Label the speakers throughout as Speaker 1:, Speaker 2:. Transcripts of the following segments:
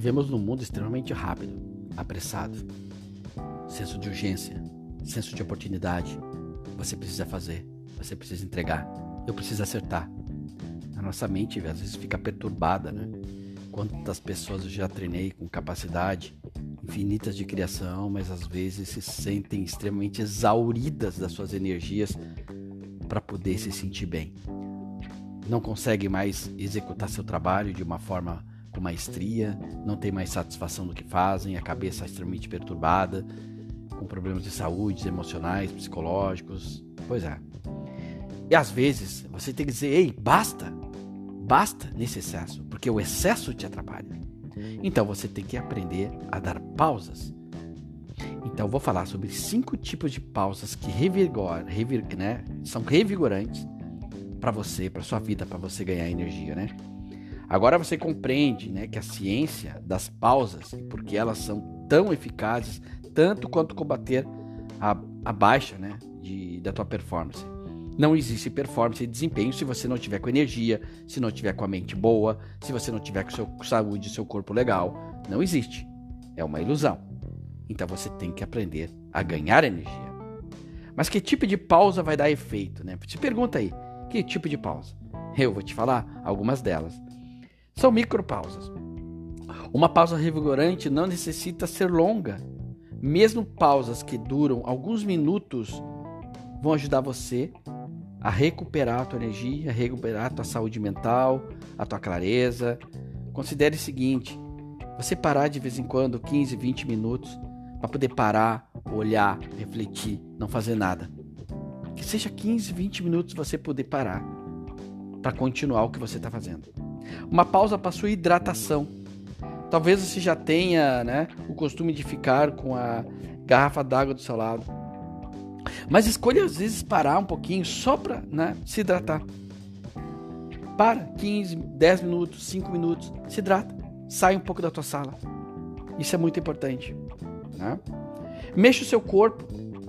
Speaker 1: vivemos num mundo extremamente rápido, apressado. Senso de urgência, senso de oportunidade. Você precisa fazer, você precisa entregar, eu preciso acertar. A nossa mente às vezes fica perturbada, né? Quantas pessoas eu já treinei com capacidade infinitas de criação, mas às vezes se sentem extremamente exauridas das suas energias para poder se sentir bem. Não conseguem mais executar seu trabalho de uma forma com maestria, não tem mais satisfação no que fazem, a cabeça é extremamente perturbada, com problemas de saúde, emocionais, psicológicos. Pois é. E às vezes você tem que dizer, ei, basta nesse excesso, porque o excesso te atrapalha. Então você tem que aprender a dar pausas. Então eu vou falar sobre 5 tipos de pausas que são revigorantes para você, para sua vida, para você ganhar energia, né? Agora você compreende, né, que a ciência das pausas, porque elas são tão eficazes, tanto quanto combater a baixa, né, da tua performance. Não existe performance e desempenho se você não tiver com energia, se não tiver com a mente boa, se você não tiver com sua saúde e seu corpo legal. Não existe. É uma ilusão. Então você tem que aprender a ganhar energia. Mas que tipo de pausa vai dar efeito, né? Se pergunta aí, que tipo de pausa? Eu vou te falar algumas delas. São micropausas. Uma pausa revigorante não necessita ser longa. Mesmo pausas que duram alguns minutos vão ajudar você a recuperar a tua energia, a recuperar a tua saúde mental, a tua clareza. Considere o seguinte, você parar de vez em quando 15, 20 minutos para poder parar, olhar, refletir, não fazer nada. Que seja 15, 20 minutos você poder parar para continuar o que você está fazendo. Uma pausa para sua hidratação. Talvez você já tenha, né, o costume de ficar com a garrafa d'água do seu lado. Mas escolha às vezes parar um pouquinho só para, né, se hidratar. Para 15, 10 minutos, 5 minutos, se hidrata. Sai um pouco da tua sala. Isso é muito importante, né? Mexa o seu corpo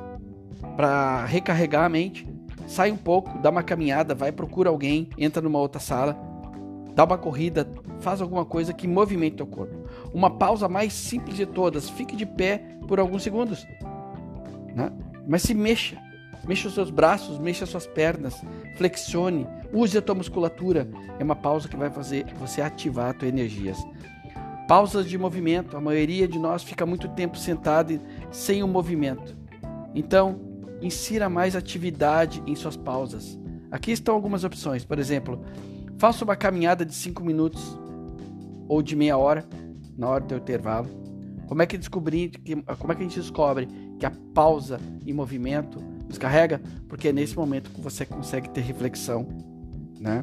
Speaker 1: para recarregar a mente. Sai um pouco, dá uma caminhada, vai, procura alguém, entra numa outra sala, dá uma corrida, faz alguma coisa que movimente teu corpo. Uma pausa mais simples de todas, fique de pé por alguns segundos, né? Mas se mexa os seus braços, mexa as suas pernas, flexione, use a tua musculatura. É uma pausa que vai fazer você ativar as tuas energias. Pausas de movimento, a maioria de nós fica muito tempo sentado sem o movimento. Então, insira mais atividade em suas pausas. Aqui estão algumas opções, por exemplo, faça uma caminhada de 5 minutos ou de meia hora na hora do teu intervalo. Como é que a gente descobre que a pausa em movimento descarrega? Porque é nesse momento que você consegue ter reflexão, né?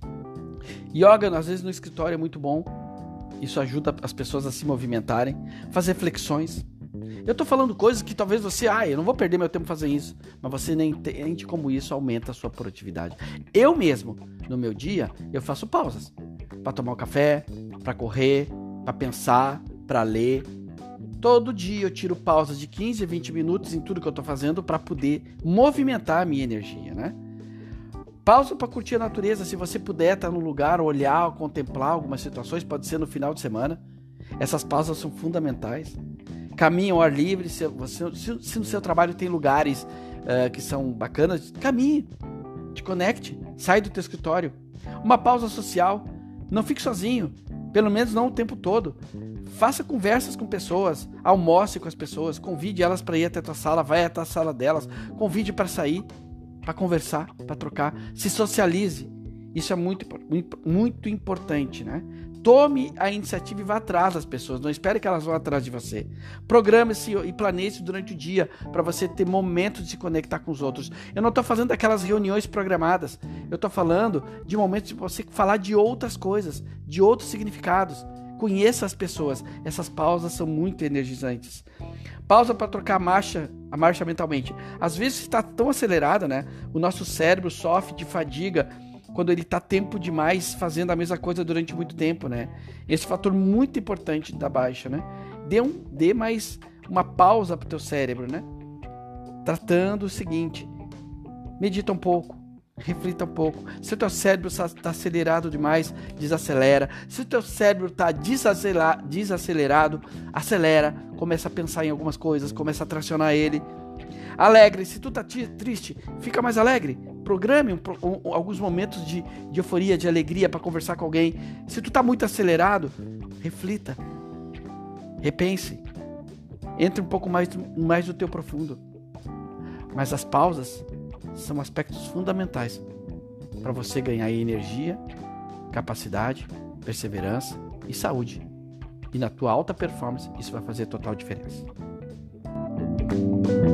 Speaker 1: Yoga, às vezes no escritório é muito bom. Isso ajuda as pessoas a se movimentarem, fazer flexões. Eu tô falando coisas que talvez você, eu não vou perder meu tempo fazendo isso, mas você nem entende como isso aumenta a sua produtividade. Eu mesmo, no meu dia, eu faço pausas para tomar um café, para correr, para pensar, para ler. Todo dia eu tiro pausas de 15 a 20 minutos em tudo que eu tô fazendo para poder movimentar a minha energia, né? Pausa para curtir a natureza, se você puder estar no lugar, olhar, contemplar algumas situações, pode ser no final de semana. Essas pausas são fundamentais. Caminhe ao ar livre, se no seu trabalho tem lugares que são bacanas, caminhe, te conecte, sai do teu escritório. Uma pausa social, não fique sozinho, pelo menos não o tempo todo. Faça conversas com pessoas, almoce com as pessoas, convide elas para ir até a tua sala, vai até a sala delas, convide para sair, para conversar, para trocar, se socialize. Isso é muito, muito importante, né? Tome a iniciativa e vá atrás das pessoas, não espere que elas vão atrás de você. Programe-se e planeje durante o dia para você ter momentos de se conectar com os outros. Eu não estou falando daquelas reuniões programadas, eu estou falando de momentos de você falar de outras coisas, de outros significados. Conheça as pessoas, essas pausas são muito energizantes. Pausa para trocar a marcha mentalmente. Às vezes está tão acelerada, né? O nosso cérebro sofre de fadiga quando ele está tempo demais fazendo a mesma coisa durante muito tempo, né? Esse fator muito importante da baixa, né? Dê mais uma pausa para o teu cérebro, né? Tratando o seguinte, medita um pouco, Reflita um pouco. Se o teu cérebro está acelerado demais, desacelera. Se o teu cérebro está desacelerado, acelera. Começa a pensar em algumas coisas, começa a tracionar ele. Alegre. Se tu tá triste, fica mais alegre. Programe alguns momentos de euforia, de alegria para conversar com alguém. Se tu tá muito acelerado, reflita. Repense. Entre um pouco mais no teu profundo. Mas as pausas são aspectos fundamentais para você ganhar energia, capacidade, perseverança e saúde. E na tua alta performance, isso vai fazer total diferença.